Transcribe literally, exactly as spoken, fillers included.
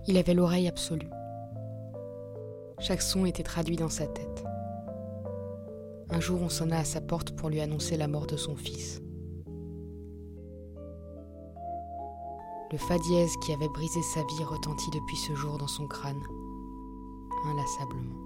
Il avait l'oreille absolue. Chaque son était traduit dans sa tête. Un jour, on sonna à sa porte pour lui annoncer la mort de son fils. Le fa dièse qui avait brisé sa vie retentit depuis ce jour dans son crâne, inlassablement.